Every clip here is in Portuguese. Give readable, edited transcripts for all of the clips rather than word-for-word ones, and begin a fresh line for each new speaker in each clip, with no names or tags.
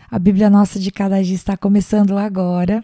A Bíblia Nossa de Cada Dia está começando agora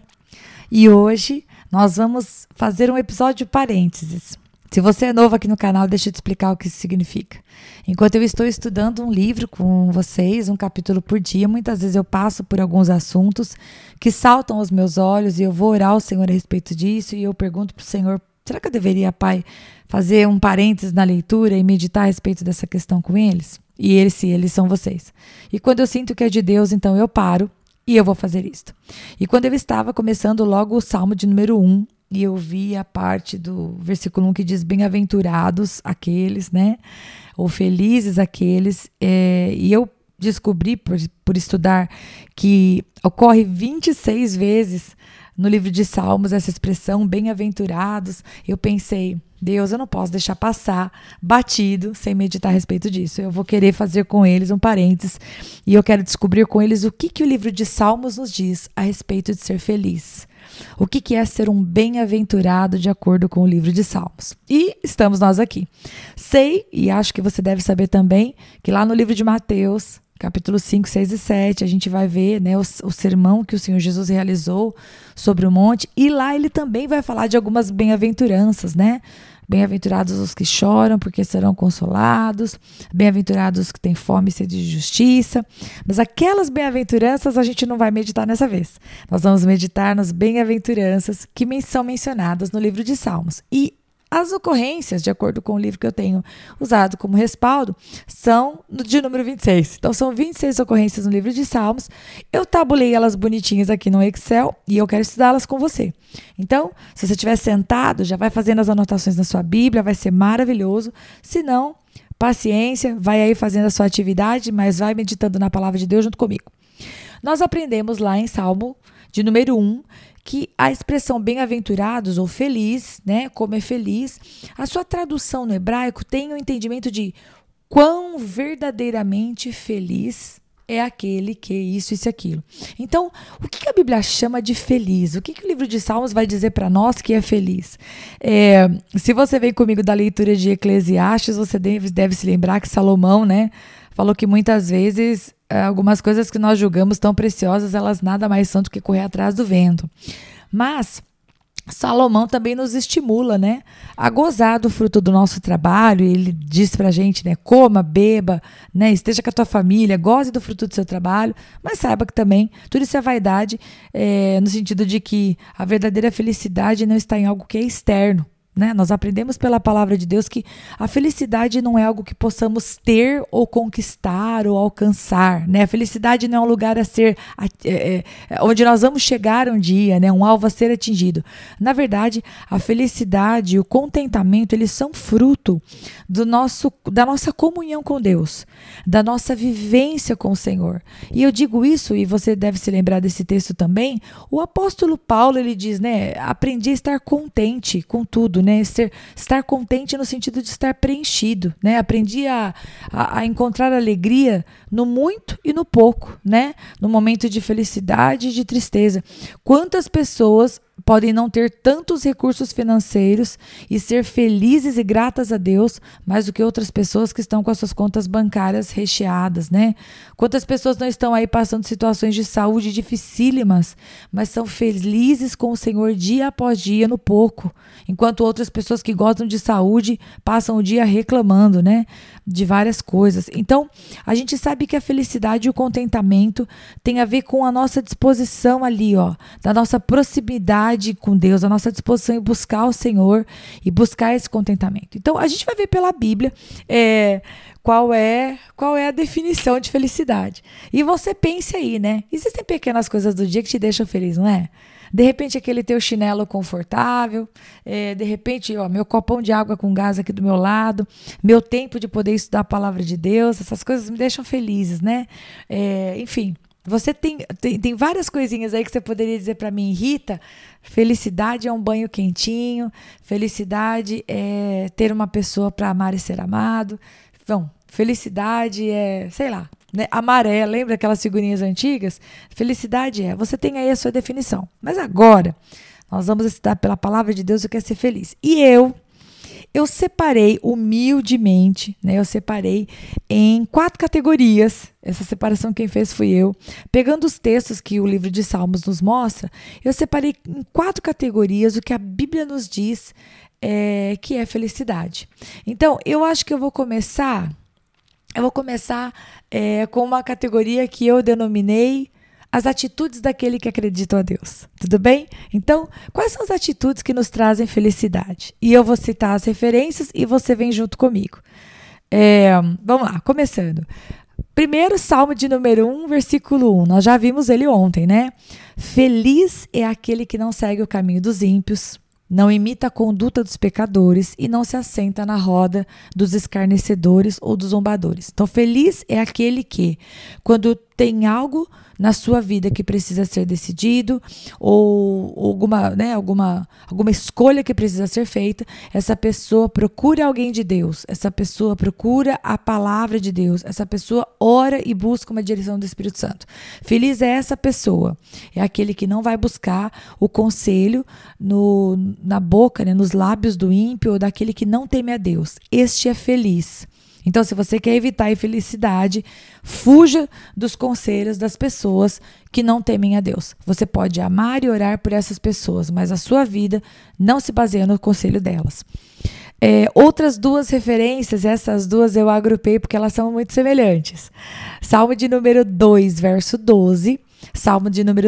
e hoje nós vamos fazer um episódio parênteses. Se você é novo aqui no canal, deixa eu te explicar o que isso significa. Enquanto eu estou estudando um livro com vocês, um capítulo por dia, muitas vezes eu passo por alguns assuntos que saltam aos meus olhos e eu vou orar ao Senhor a respeito disso e eu pergunto para o Senhor, será que eu deveria, Pai, fazer um parênteses na leitura e meditar a respeito dessa questão com eles? E eles são vocês. E quando eu sinto que é de Deus, então eu paro e eu vou fazer isto. E quando eu estava começando logo o Salmo de número 1, e eu vi a parte do versículo 1 que diz bem-aventurados aqueles, né? Ou felizes aqueles. E eu descobri por estudar que ocorre 26 vezes no livro de Salmos essa expressão bem-aventurados. Eu pensei, Deus, eu não posso deixar passar batido sem meditar a respeito disso. Eu vou querer fazer com eles um parênteses e eu quero descobrir com eles o que o livro de Salmos nos diz a respeito de ser feliz. O que é ser um bem-aventurado de acordo com o livro de Salmos. E estamos nós aqui. Sei, e acho que você deve saber também, que lá no livro de Mateus, capítulo 5, 6 e 7, a gente vai ver, né, o sermão que o Senhor Jesus realizou sobre o monte, e lá ele também vai falar de algumas bem-aventuranças, né? Bem-aventurados os que choram, porque serão consolados. Bem-aventurados os que têm fome e sede de justiça. Mas aquelas bem-aventuranças a gente não vai meditar nessa vez. Nós vamos meditar nas bem-aventuranças que são mencionadas no livro de Salmos. E as ocorrências, de acordo com o livro que eu tenho usado como respaldo, são de número 26. Então, são 26 ocorrências no livro de Salmos. Eu tabulei elas bonitinhas aqui no Excel e eu quero estudá-las com você. Então, se você estiver sentado, já vai fazendo as anotações na sua Bíblia, vai ser maravilhoso. Se não, paciência, vai aí fazendo a sua atividade, mas vai meditando na palavra de Deus junto comigo. Nós aprendemos lá em Salmo de número 1, que a expressão bem-aventurados ou feliz, né, como é feliz, a sua tradução no hebraico tem o entendimento de quão verdadeiramente feliz é aquele que isso e aquilo. Então, o que a Bíblia chama de feliz? O que o livro de Salmos vai dizer para nós que é feliz? Se você vem comigo da leitura de Eclesiastes, você deve se lembrar que Salomão, né, falou que muitas vezes algumas coisas que nós julgamos tão preciosas, elas nada mais são do que correr atrás do vento. Mas Salomão também nos estimula, né, a gozar do fruto do nosso trabalho. Ele diz pra gente, né, coma, beba, né, esteja com a tua família, goze do fruto do seu trabalho, mas saiba que também tudo isso é vaidade, no sentido de que a verdadeira felicidade não está em algo que é externo. Né? Nós aprendemos pela palavra de Deus que a felicidade não é algo que possamos ter ou conquistar ou alcançar. Né? A felicidade não é um lugar a ser onde nós vamos chegar um dia, né? Um alvo a ser atingido. Na verdade, a felicidade e o contentamento, eles são fruto da nossa comunhão com Deus, da nossa vivência com o Senhor. E eu digo isso, e você deve se lembrar desse texto também, o apóstolo Paulo, ele diz, né, aprendi a estar contente com tudo, né? Estar contente no sentido de estar preenchido, né? Aprendi a encontrar alegria no muito e no pouco, né? No momento de felicidade e de tristeza. Quantas pessoas podem não ter tantos recursos financeiros e ser felizes e gratas a Deus mais do que outras pessoas que estão com as suas contas bancárias recheadas, né? Quantas pessoas não estão aí passando situações de saúde dificílimas, mas são felizes com o Senhor dia após dia no pouco, enquanto outras pessoas que gozam de saúde passam o dia reclamando, né, de várias coisas. Então, a gente sabe que a felicidade e o contentamento tem a ver com a nossa disposição ali, ó, da nossa proximidade com Deus, a nossa disposição em buscar o Senhor e buscar esse contentamento. Então, a gente vai ver pela Bíblia qual é a definição de felicidade. E você pense aí, né? Existem pequenas coisas do dia que te deixam feliz, não é? De repente, aquele teu chinelo confortável, de repente, ó, meu copão de água com gás aqui do meu lado, meu tempo de poder estudar a palavra de Deus, essas coisas me deixam felizes, né? Enfim, você tem várias coisinhas aí que você poderia dizer para mim, Rita, felicidade é um banho quentinho, felicidade é ter uma pessoa para amar e ser amado, bom, felicidade é, sei lá, né, amarela, lembra aquelas figurinhas antigas? Felicidade você tem aí a sua definição. Mas agora, nós vamos estudar pela palavra de Deus o que é ser feliz. E eu separei humildemente, né? Eu separei em 4 categorias. Essa separação quem fez fui eu. Pegando os textos que o livro de Salmos nos mostra, eu separei em 4 categorias o que a Bíblia nos diz que é felicidade. Então, eu acho que eu vou começar com uma categoria que eu denominei as atitudes daquele que acredita a Deus. Tudo bem? Então, quais são as atitudes que nos trazem felicidade? E eu vou citar as referências e você vem junto comigo. Vamos lá, começando. Primeiro, Salmo de número 1, versículo 1. Nós já vimos ele ontem, né? Feliz é aquele que não segue o caminho dos ímpios, não imita a conduta dos pecadores e não se assenta na roda dos escarnecedores ou dos zombadores. Então, feliz é aquele que, quando tem algo na sua vida que precisa ser decidido ou alguma escolha que precisa ser feita, essa pessoa procura alguém de Deus, essa pessoa procura a palavra de Deus, essa pessoa ora e busca uma direção do Espírito Santo. Feliz é essa pessoa, é aquele que não vai buscar o conselho na boca, né, nos lábios do ímpio ou daquele que não teme a Deus. Este é feliz. Então, se você quer evitar a infelicidade, fuja dos conselhos das pessoas que não temem a Deus. Você pode amar e orar por essas pessoas, mas a sua vida não se baseia no conselho delas. Outras 2 referências, essas 2 eu agrupei porque elas são muito semelhantes. Salmo de número 2, verso 12. Salmo de número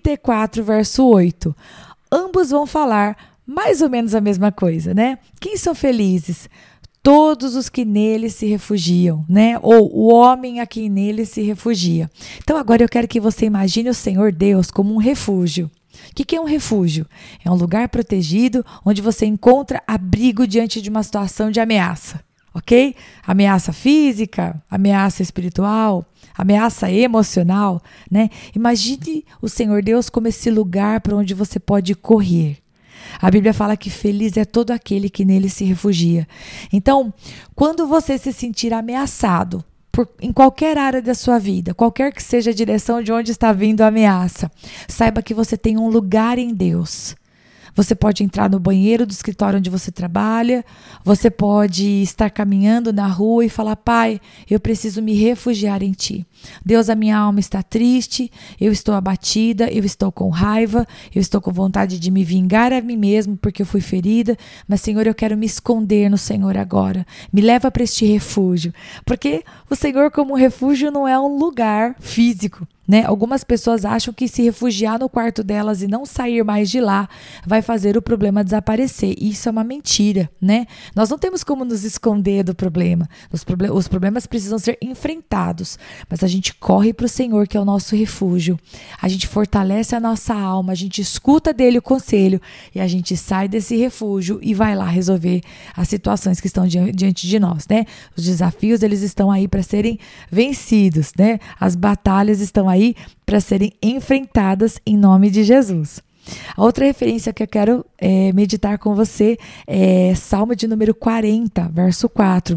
34, verso 8. Ambos vão falar mais ou menos a mesma coisa, né? Quem são felizes? Todos os que nele se refugiam, né? Ou o homem a quem nele se refugia. Então agora eu quero que você imagine o Senhor Deus como um refúgio. O que é um refúgio? É um lugar protegido onde você encontra abrigo diante de uma situação de ameaça, ok? Ameaça física, ameaça espiritual, ameaça emocional, né? Imagine o Senhor Deus como esse lugar para onde você pode correr. A Bíblia fala que feliz é todo aquele que nele se refugia. Então, quando você se sentir ameaçado em qualquer área da sua vida, qualquer que seja a direção de onde está vindo a ameaça, saiba que você tem um lugar em Deus. Você pode entrar no banheiro do escritório onde você trabalha, você pode estar caminhando na rua e falar: Pai, eu preciso me refugiar em Ti. Deus, a minha alma está triste, eu estou abatida, eu estou com raiva, eu estou com vontade de me vingar a mim mesmo porque eu fui ferida, mas Senhor, eu quero me esconder no Senhor agora. Me leva para este refúgio, porque o Senhor como refúgio não é um lugar físico, né? Algumas pessoas acham que se refugiar no quarto delas e não sair mais de lá vai fazer o problema desaparecer. Isso é uma mentira, né? Nós não temos como nos esconder do problema. Os problemas precisam ser enfrentados, mas a gente corre para o Senhor, que é o nosso refúgio. A gente fortalece a nossa alma, a gente escuta dele o conselho e a gente sai desse refúgio e vai lá resolver as situações que estão diante de nós, né? Os desafios, eles estão aí para serem vencidos, né? As batalhas estão aí para serem enfrentadas em nome de Jesus. A outra referência que eu quero meditar com você é Salmo de número 40, verso 4.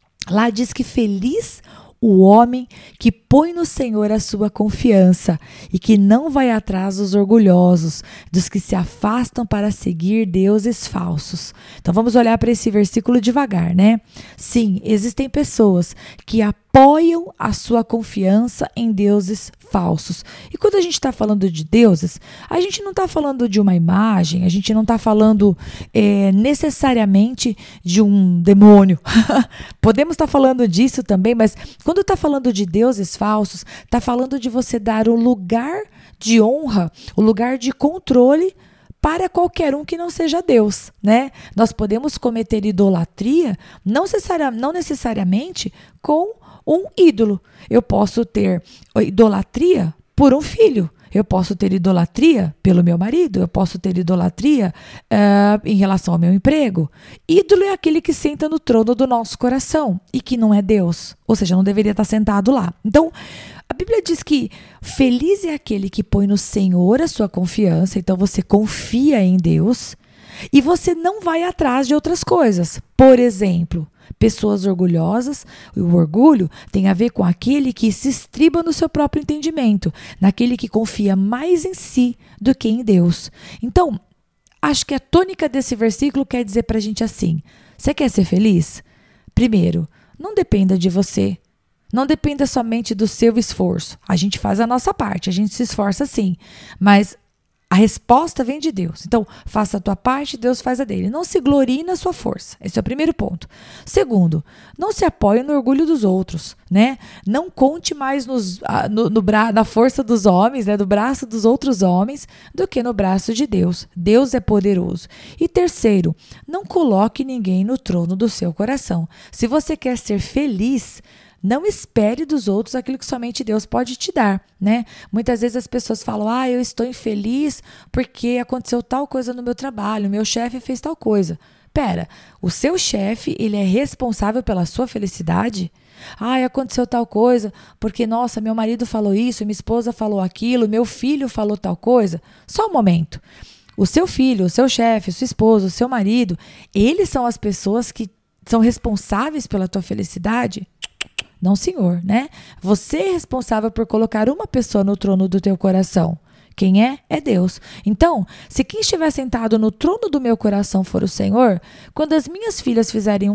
Lá diz que feliz o homem que põe no Senhor a sua confiança e que não vai atrás dos orgulhosos, dos que se afastam para seguir deuses falsos. Então vamos olhar para esse versículo devagar, né? Sim, existem pessoas que apoiam a sua confiança em deuses falsos. E quando a gente está falando de deuses, a gente não está falando de uma imagem, a gente não está falando necessariamente de um demônio. Podemos estar falando disso também, mas quando está falando de deuses falsos, está falando de você dar o lugar de honra, o lugar de controle para qualquer um que não seja Deus, né? Nós podemos cometer idolatria, não necessariamente com um ídolo. Eu posso ter idolatria por um filho. Eu posso ter idolatria pelo meu marido, eu posso ter idolatria em relação ao meu emprego. Ídolo é aquele que senta no trono do nosso coração e que não é Deus, ou seja, não deveria estar sentado lá. Então, a Bíblia diz que feliz é aquele que põe no Senhor a sua confiança, então você confia em Deus e você não vai atrás de outras coisas. Por exemplo, pessoas orgulhosas, o orgulho tem a ver com aquele que se estriba no seu próprio entendimento, naquele que confia mais em si do que em Deus. Então, acho que a tônica desse versículo quer dizer para a gente assim: Você quer ser feliz? Primeiro, não dependa de você. Não dependa somente do seu esforço. A gente faz a nossa parte, a gente se esforça sim, mas a resposta vem de Deus. Então, faça a tua parte, Deus faz a dele. Não se glorie na sua força. Esse é o primeiro ponto. Segundo, não se apoie no orgulho dos outros, né? Não conte mais na força dos homens, né? Do braço dos outros homens, do que no braço de Deus. Deus é poderoso. E terceiro, não coloque ninguém no trono do seu coração. Se você quer ser feliz, não espere dos outros aquilo que somente Deus pode te dar, né? Muitas vezes as pessoas falam, eu estou infeliz porque aconteceu tal coisa no meu trabalho, meu chefe fez tal coisa. Pera, o seu chefe, ele é responsável pela sua felicidade? Aconteceu tal coisa porque, nossa, meu marido falou isso, minha esposa falou aquilo, meu filho falou tal coisa. Só um momento. O seu filho, o seu chefe, sua esposa, o seu marido, eles são as pessoas que são responsáveis pela tua felicidade? Não, senhor, né? Você é responsável por colocar uma pessoa no trono do teu coração. Quem é? É Deus. Então, se quem estiver sentado no trono do meu coração for o Senhor, quando as minhas filhas fizerem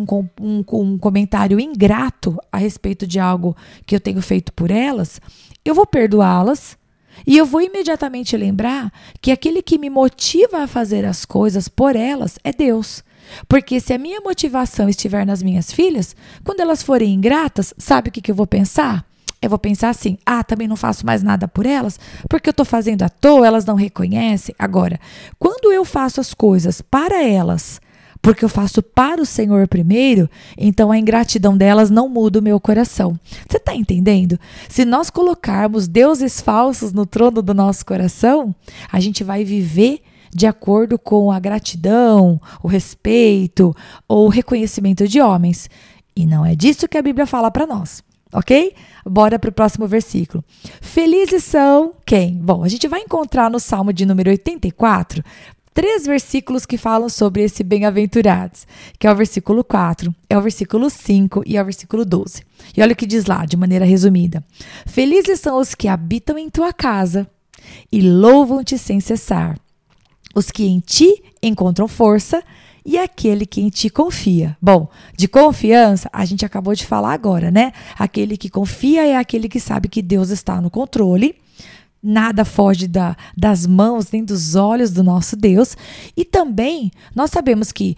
um comentário ingrato a respeito de algo que eu tenho feito por elas, eu vou perdoá-las e eu vou imediatamente lembrar que aquele que me motiva a fazer as coisas por elas é Deus. Porque se a minha motivação estiver nas minhas filhas, quando elas forem ingratas, sabe o que eu vou pensar? Eu vou pensar assim, também não faço mais nada por elas, porque eu estou fazendo à toa, elas não reconhecem. Agora, quando eu faço as coisas para elas, porque eu faço para o Senhor primeiro, então a ingratidão delas não muda o meu coração. Você está entendendo? Se nós colocarmos deuses falsos no trono do nosso coração, a gente vai viver de acordo com a gratidão, o respeito ou o reconhecimento de homens. E não é disso que a Bíblia fala para nós, ok? Bora para o próximo versículo. Felizes são quem? Bom, a gente vai encontrar no Salmo de número 84, 3 versículos que falam sobre esse bem-aventurados, que é o versículo 4, é o versículo 5 e é o versículo 12. E olha o que diz lá, de maneira resumida. Felizes são os que habitam em tua casa e louvam-te sem cessar. Os que em ti encontram força e aquele que em ti confia. Bom, de confiança, a gente acabou de falar agora, né? Aquele que confia é aquele que sabe que Deus está no controle. Nada foge das mãos nem dos olhos do nosso Deus. E também nós sabemos que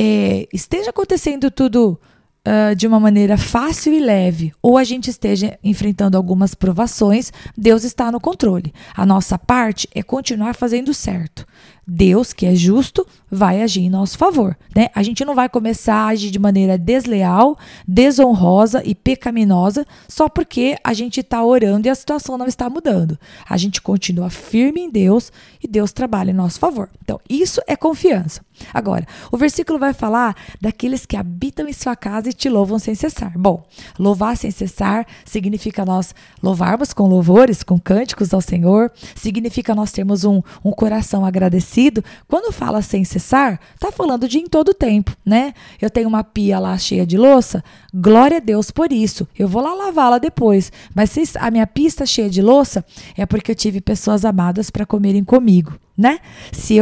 esteja acontecendo tudo de uma maneira fácil e leve, ou a gente esteja enfrentando algumas provações, Deus está no controle. A nossa parte é continuar fazendo certo. Deus, que é justo, vai agir em nosso favor, né? A gente não vai começar a agir de maneira desleal, desonrosa e pecaminosa só porque a gente está orando e a situação não está mudando. A gente continua firme em Deus e Deus trabalha em nosso favor. Então, isso é confiança. Agora, o versículo vai falar daqueles que habitam em sua casa e te louvam sem cessar. Bom, louvar sem cessar significa nós louvarmos com louvores, com cânticos ao Senhor, significa nós termos um coração agradecido. Quando fala sem cessar, está falando de em todo tempo, né? Eu tenho uma pia lá cheia de louça, glória a Deus por isso. Eu vou lá lavá-la depois, mas se a minha pia está cheia de louça, é porque eu tive pessoas amadas para comerem comigo, né? Se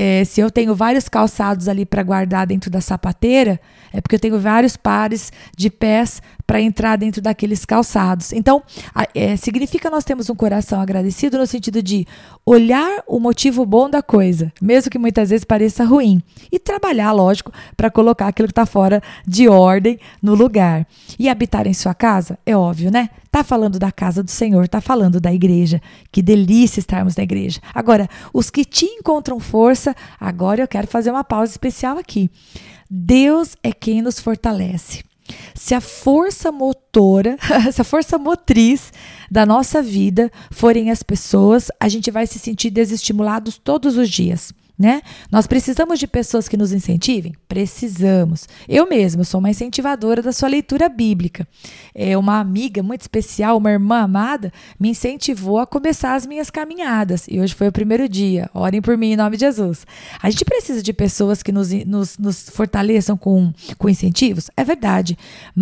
eu tenho vários calçados ali para guardar dentro da sapateira, é porque eu tenho vários pares de pés para entrar dentro daqueles calçados. Então, significa nós temos um coração agradecido no sentido de olhar o motivo bom da coisa, mesmo que muitas vezes pareça ruim, e trabalhar, lógico, para colocar aquilo que está fora de ordem no lugar. E habitar em sua casa, é óbvio, né? Tá falando da casa do Senhor, tá falando da igreja. Que delícia estarmos na igreja. Agora, os que te encontram força, agora eu quero fazer uma pausa especial aqui. Deus é quem nos fortalece. Se a força motora, se a força motriz da nossa vida forem as pessoas, a gente vai se sentir desestimulados todos os dias, né? Nós precisamos de pessoas que nos incentivem? Precisamos. Eu mesma sou uma incentivadora da sua leitura bíblica. Uma amiga muito especial, uma irmã amada, me incentivou a começar as minhas caminhadas. E hoje foi o primeiro dia. Orem por mim em nome de Jesus. A gente precisa de pessoas que nos fortaleçam com incentivos? É verdade.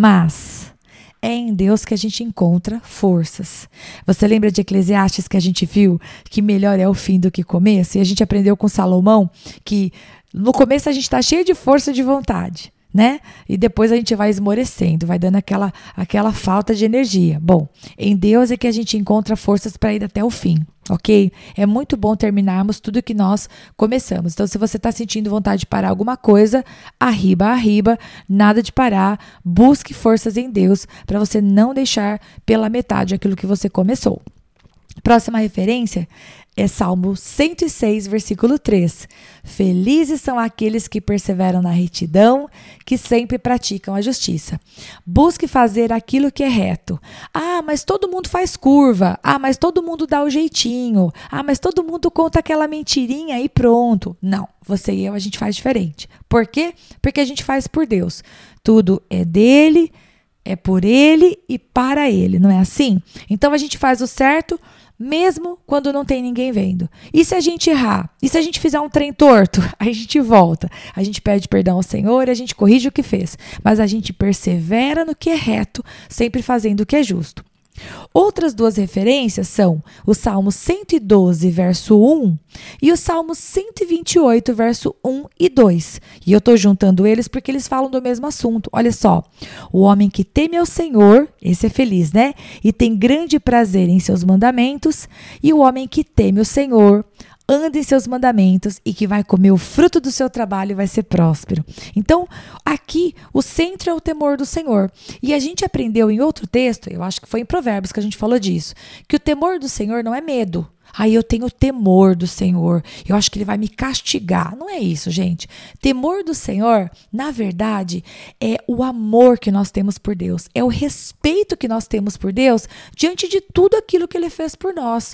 Mas é em Deus que a gente encontra forças. Você lembra de Eclesiastes que a gente viu que melhor é o fim do que o começo? E a gente aprendeu com Salomão que no começo a gente está cheio de força de vontade. né? E depois a gente vai esmorecendo, vai dando aquela falta de energia. Bom, em Deus é que a gente encontra forças para ir até o fim, ok? É muito bom terminarmos tudo que nós começamos. Então, se você está sentindo vontade de parar alguma coisa, arriba, nada de parar. Busque forças em Deus para você não deixar pela metade aquilo que você começou. Próxima referência é Salmo 106, versículo 3. Felizes são aqueles que perseveram na retidão, que sempre praticam a justiça. Busque fazer aquilo que é reto. Ah, mas todo mundo faz curva. Ah, mas todo mundo dá o jeitinho. Ah, mas todo mundo conta aquela mentirinha e pronto. Não, você e eu, a gente faz diferente. Por quê? Porque a gente faz por Deus. Tudo é dele, é por ele e para ele, não é assim? Então a gente faz o certo mesmo quando não tem ninguém vendo. E se a gente errar? E se a gente fizer um trem torto? A gente volta. A gente pede perdão ao Senhor e a gente corrige o que fez. Mas a gente persevera no que é reto, sempre fazendo o que é justo. Outras duas referências são o Salmo 112, verso 1 e o Salmo 128, verso 1 e 2. E eu estou juntando eles porque eles falam do mesmo assunto. Olha só, o homem que teme ao Senhor, esse é feliz, né? E tem grande prazer em seus mandamentos, e o homem que teme o Senhor, anda em seus mandamentos e que vai comer o fruto do seu trabalho e vai ser próspero. Então, aqui, o centro é o temor do Senhor. E a gente aprendeu em outro texto, eu acho que foi em Provérbios que a gente falou disso, que o temor do Senhor não é medo. Aí eu tenho temor do Senhor, eu acho que ele vai me castigar. Não é isso, gente. Temor do Senhor, na verdade, é o amor que nós temos por Deus, é o respeito que nós temos por Deus diante de tudo aquilo que ele fez por nós.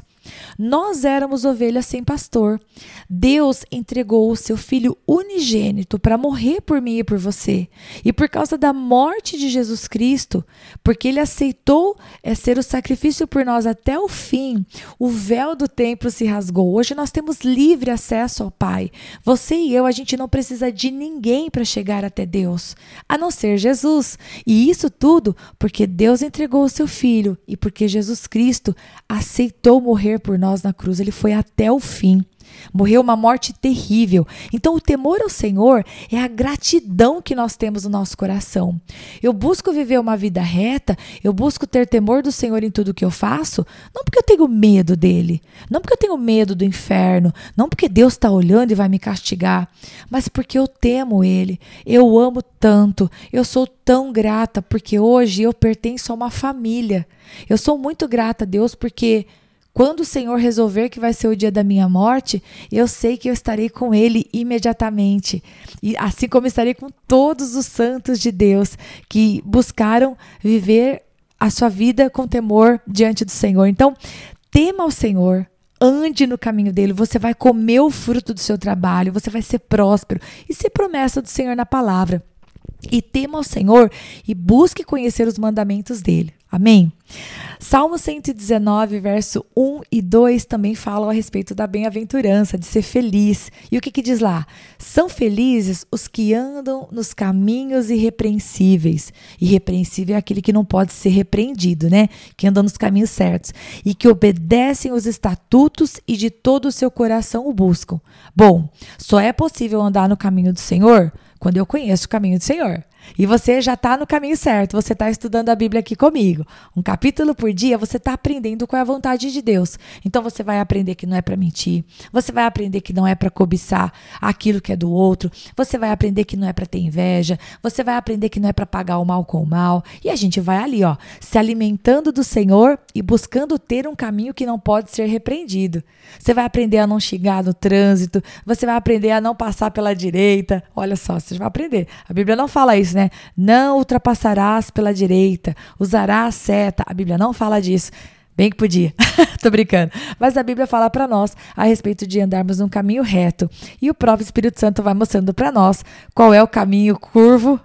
Nós éramos ovelhas sem pastor. Deus entregou o seu Filho unigênito para morrer por mim e por você. E por causa da morte de Jesus Cristo, porque ele aceitou ser o sacrifício por nós até o fim, o véu do templo se rasgou. Hoje nós temos livre acesso ao Pai. Você e eu, a gente não precisa de ninguém para chegar até Deus, a não ser Jesus. E isso tudo porque Deus entregou o seu Filho e porque Jesus Cristo aceitou morrer por nós na cruz. Ele foi até o fim. Morreu uma morte terrível. Então, o temor ao Senhor é a gratidão que nós temos no nosso coração. Eu busco viver uma vida reta, eu busco ter temor do Senhor em tudo que eu faço, não porque eu tenho medo dele, não porque eu tenho medo do inferno, não porque Deus está olhando e vai me castigar, mas porque eu temo ele, eu amo tanto, eu sou tão grata porque hoje eu pertenço a uma família. Eu sou muito grata a Deus porque quando o Senhor resolver que vai ser o dia da minha morte, eu sei que eu estarei com Ele imediatamente. E assim como estarei com todos os santos de Deus que buscaram viver a sua vida com temor diante do Senhor. Então, tema ao Senhor, ande no caminho dele, você vai comer o fruto do seu trabalho, você vai ser próspero. Isso é promessa do Senhor na palavra. E tema ao Senhor e busque conhecer os mandamentos dele. Amém? Salmo 119, verso 1 e 2 também falam a respeito da bem-aventurança, de ser feliz. E o que diz lá? São felizes os que andam nos caminhos irrepreensíveis. Irrepreensível é aquele que não pode ser repreendido, né? Que anda nos caminhos certos. E que obedecem os estatutos e de todo o seu coração o buscam. Bom, só é possível andar no caminho do Senhor quando eu conheço o caminho do Senhor. E você já está no caminho certo, você está estudando a Bíblia aqui comigo. Um capítulo por dia, você está aprendendo qual é a vontade de Deus. Então você vai aprender que não é para mentir, você vai aprender que não é para cobiçar aquilo que é do outro, você vai aprender que não é para ter inveja, você vai aprender que não é para pagar o mal com o mal. E a gente vai ali, ó, se alimentando do Senhor e buscando ter um caminho que não pode ser repreendido. Você vai aprender a não xingar no trânsito, você vai aprender a não passar pela direita. Olha só, você vai aprender. A Bíblia não fala isso, né? Não ultrapassarás pela direita, usarás a seta. A Bíblia não fala disso. Bem que podia. Tô brincando. Mas a Bíblia fala para nós a respeito de andarmos num caminho reto. E o próprio Espírito Santo vai mostrando para nós qual é o caminho curvo,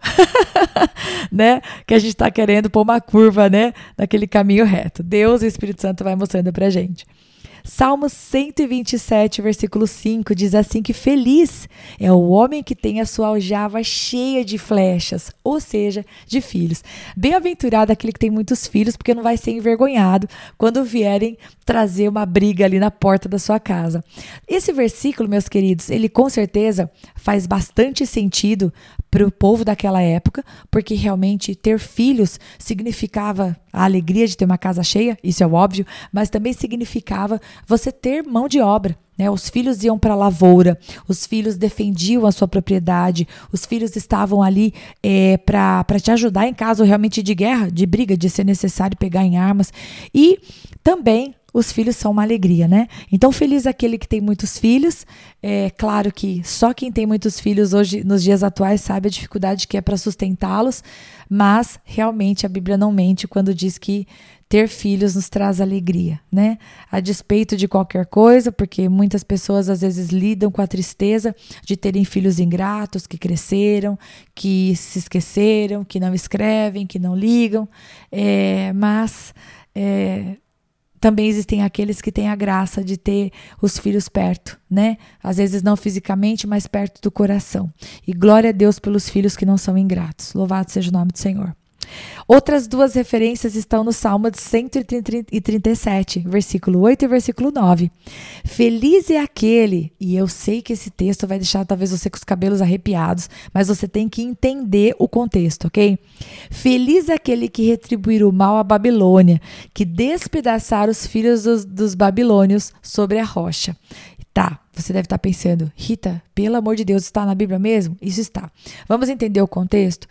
né? Que a gente está querendo pôr uma curva, né? Naquele caminho reto. Deus e o Espírito Santo vai mostrando pra gente. Salmo 127, versículo 5, diz assim que feliz é o homem que tem a sua aljava cheia de flechas, ou seja, de filhos. Bem-aventurado aquele que tem muitos filhos, porque não vai ser envergonhado quando vierem trazer uma briga ali na porta da sua casa. Esse versículo, meus queridos, ele com certeza faz bastante sentido para o povo daquela época, porque realmente ter filhos significava a alegria de ter uma casa cheia, isso é óbvio, mas também significava você ter mão de obra. Os filhos iam para a lavoura, os filhos defendiam a sua propriedade, os filhos estavam ali para te ajudar em caso realmente de guerra, de briga, de ser necessário pegar em armas. E também os filhos são uma alegria, né? Então, feliz aquele que tem muitos filhos. É claro que só quem tem muitos filhos hoje, nos dias atuais, sabe a dificuldade que é para sustentá-los, mas realmente a Bíblia não mente quando diz que ter filhos nos traz alegria, né? A despeito de qualquer coisa, porque muitas pessoas às vezes lidam com a tristeza de terem filhos ingratos, que cresceram, que se esqueceram, que não escrevem, que não ligam, mas também existem aqueles que têm a graça de ter os filhos perto, né? Às vezes não fisicamente, mas perto do coração. E glória a Deus pelos filhos que não são ingratos. Louvado seja o nome do Senhor. Outras duas referências estão no Salmo de 137, versículo 8 e versículo 9. Feliz é aquele, e eu sei que esse texto vai deixar talvez você com os cabelos arrepiados, mas você tem que entender o contexto, ok? Feliz é aquele que retribuir o mal à Babilônia, que despedaçar os filhos dos babilônios sobre a rocha. Tá, você deve estar pensando, Rita, pelo amor de Deus, está na Bíblia mesmo? Isso está. Vamos entender o contexto?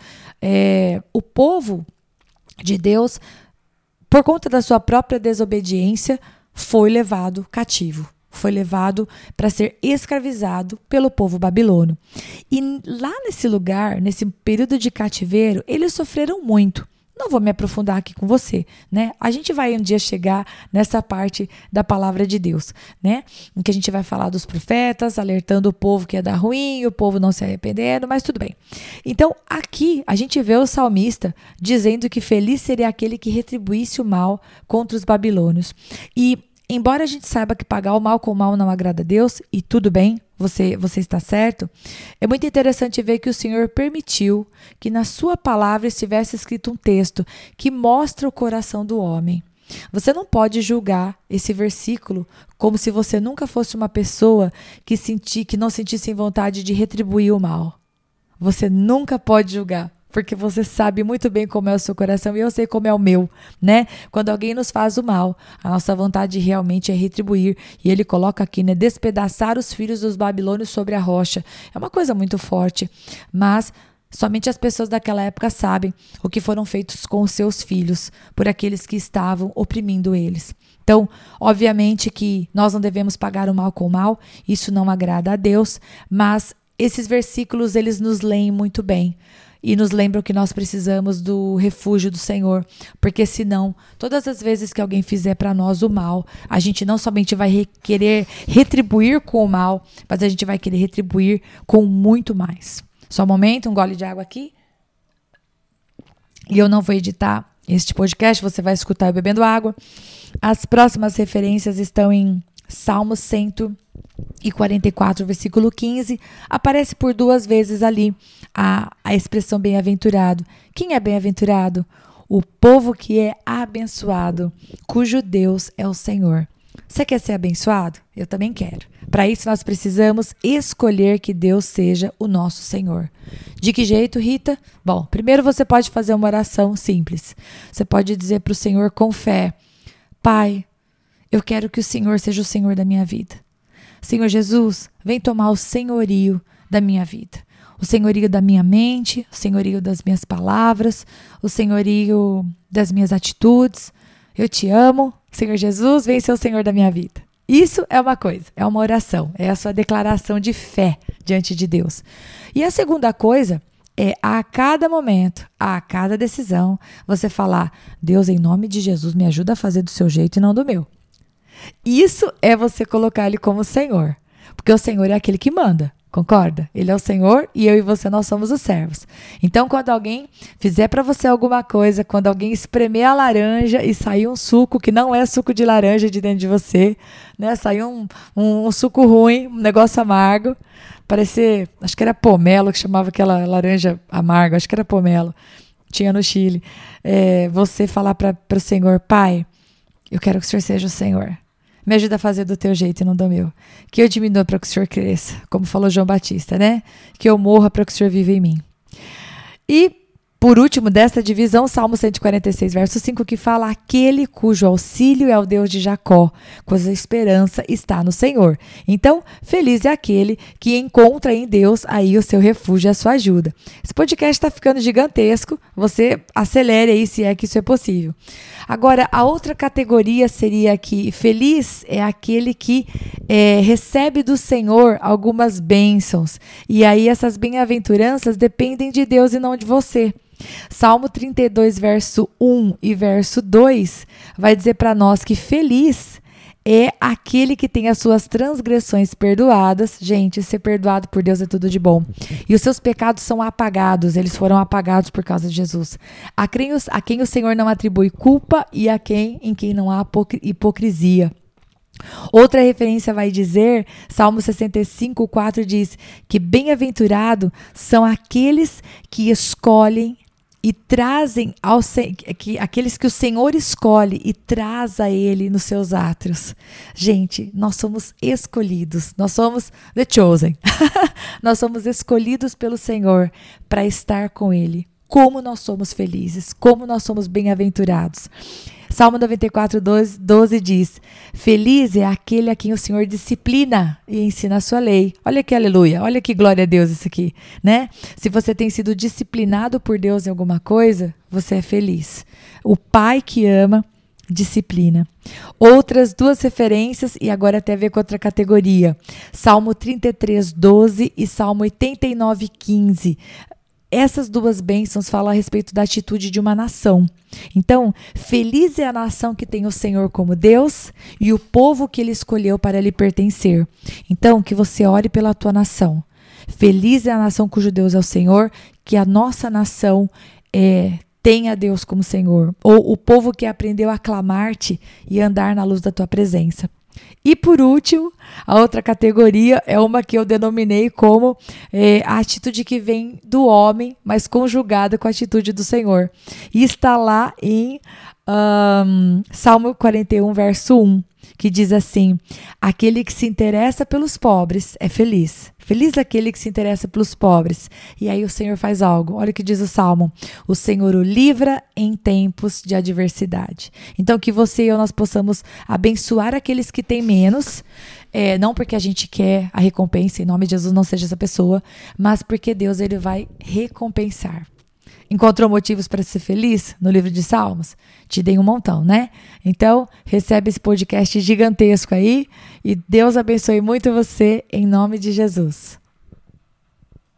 O povo de Deus, por conta da sua própria desobediência, foi levado cativo. Foi levado para ser escravizado pelo povo babilônio. E lá nesse lugar, nesse período de cativeiro, eles sofreram muito. Não vou me aprofundar aqui com você, né? A gente vai um dia chegar nessa parte da palavra de Deus, né? Em que a gente vai falar dos profetas, alertando o povo que ia dar ruim, o povo não se arrependendo, mas tudo bem. Então, aqui a gente vê o salmista dizendo que feliz seria aquele que retribuísse o mal contra os babilônios. E embora a gente saiba que pagar o mal com o mal não agrada a Deus, e tudo bem, você está certo, é muito interessante ver que o Senhor permitiu que na sua palavra estivesse escrito um texto que mostra o coração do homem. Você não pode julgar esse versículo como se você nunca fosse uma pessoa que não sentisse vontade de retribuir o mal. Você nunca pode julgar. Porque você sabe muito bem como é o seu coração e eu sei como é o meu, né? Quando alguém nos faz o mal, a nossa vontade realmente é retribuir. E ele coloca aqui, né? Despedaçar os filhos dos babilônios sobre a rocha. É uma coisa muito forte, mas somente as pessoas daquela época sabem o que foram feitos com os seus filhos por aqueles que estavam oprimindo eles. Então, obviamente que nós não devemos pagar o mal com o mal, isso não agrada a Deus, mas esses versículos, eles nos leem muito bem. E nos lembram que nós precisamos do refúgio do Senhor, porque senão, todas as vezes que alguém fizer para nós o mal, a gente não somente vai querer retribuir com o mal, mas a gente vai querer retribuir com muito mais. Só um momento, um gole de água aqui. E eu não vou editar este podcast, você vai escutar eu bebendo água. As próximas referências estão em Salmo 144, versículo 15, aparece por 2 vezes ali a expressão bem-aventurado. Quem é bem-aventurado? O povo que é abençoado, cujo Deus é o Senhor. Você quer ser abençoado? Eu também quero. Para isso nós precisamos escolher que Deus seja o nosso Senhor. De que jeito, Rita? Bom, primeiro você pode fazer uma oração simples. Você pode dizer para o Senhor com fé: Pai, eu quero que o Senhor seja o Senhor da minha vida. Senhor Jesus, vem tomar o senhorio da minha vida. O senhorio da minha mente, o senhorio das minhas palavras, o senhorio das minhas atitudes. Eu te amo. Senhor Jesus, vem ser o Senhor da minha vida. Isso é uma coisa, é uma oração, é a sua declaração de fé diante de Deus. E a segunda coisa é a cada momento, a cada decisão, você falar: Deus, em nome de Jesus, me ajuda a fazer do seu jeito e não do meu. Isso é você colocar ele como Senhor, porque o Senhor é aquele que manda, concorda? Ele é o Senhor e eu e você, nós somos os servos. Então, quando alguém fizer para você alguma coisa, quando alguém espremer a laranja e sair um suco que não é suco de laranja de dentro de você, né? Sair um suco ruim, um negócio amargo, parecer, acho que era pomelo, que chamava aquela laranja amarga, acho que era pomelo, tinha no Chile. Você falar para o Senhor: Pai, eu quero que o Senhor seja o Senhor. Me ajuda a fazer do teu jeito e não do meu. Que eu diminua para que o Senhor cresça, como falou João Batista, né? Que eu morra para que o Senhor viva em mim. E, por último, dessa divisão, Salmo 146, verso 5, que fala: aquele cujo auxílio é o Deus de Jacó, cuja esperança está no Senhor. Então, feliz é aquele que encontra em Deus aí o seu refúgio e a sua ajuda. Esse podcast está ficando gigantesco, você acelere aí se é que isso é possível. Agora, a outra categoria seria que feliz é aquele que recebe do Senhor algumas bênçãos. E aí essas bem-aventuranças dependem de Deus e não de você. Salmo 32, verso 1 e verso 2 vai dizer para nós que feliz é aquele que tem as suas transgressões perdoadas. Gente, ser perdoado por Deus é tudo de bom. E os seus pecados são apagados, eles foram apagados por causa de Jesus. A quem o Senhor não atribui culpa e em quem não há hipocrisia. Outra referência vai dizer, Salmo 65, 4 diz que bem-aventurado são aqueles que escolhem e trazem aqueles que o Senhor escolhe e traz a Ele nos seus átrios. Gente, nós somos escolhidos, nós somos the chosen. Nós somos escolhidos pelo Senhor para estar com Ele. Como nós somos felizes, como nós somos bem-aventurados. Salmo 94, 12 diz: feliz é aquele a quem o Senhor disciplina e ensina a sua lei. Olha que aleluia, olha que glória a Deus isso aqui, né? Se você tem sido disciplinado por Deus em alguma coisa, você é feliz. O pai que ama, disciplina. Outras duas referências, e agora até ver com outra categoria. Salmo 33, 12 e Salmo 89, 15. Essas duas bênçãos falam a respeito da atitude de uma nação. Então, feliz é a nação que tem o Senhor como Deus e o povo que Ele escolheu para lhe pertencer. Então, que você ore pela tua nação. Feliz é a nação cujo Deus é o Senhor, que a nossa nação tenha Deus como Senhor. Ou o povo que aprendeu a clamar-te e andar na luz da tua presença. E por último, a outra categoria é uma que eu denominei como a atitude que vem do homem, mas conjugada com a atitude do Senhor. E está lá em Salmo 41, verso 1, que diz assim: aquele que se interessa pelos pobres é feliz. Feliz aquele que se interessa pelos pobres. E aí o Senhor faz algo. Olha o que diz o Salmo. O Senhor o livra em tempos de adversidade. Então que você e eu nós possamos abençoar aqueles que têm menos. Não porque a gente quer a recompensa, em nome de Jesus não seja essa pessoa, mas porque Deus ele vai recompensar. Encontrou motivos para ser feliz no livro de Salmos? Te dei um montão, né? Então, recebe esse podcast gigantesco aí e Deus abençoe muito você em nome de Jesus.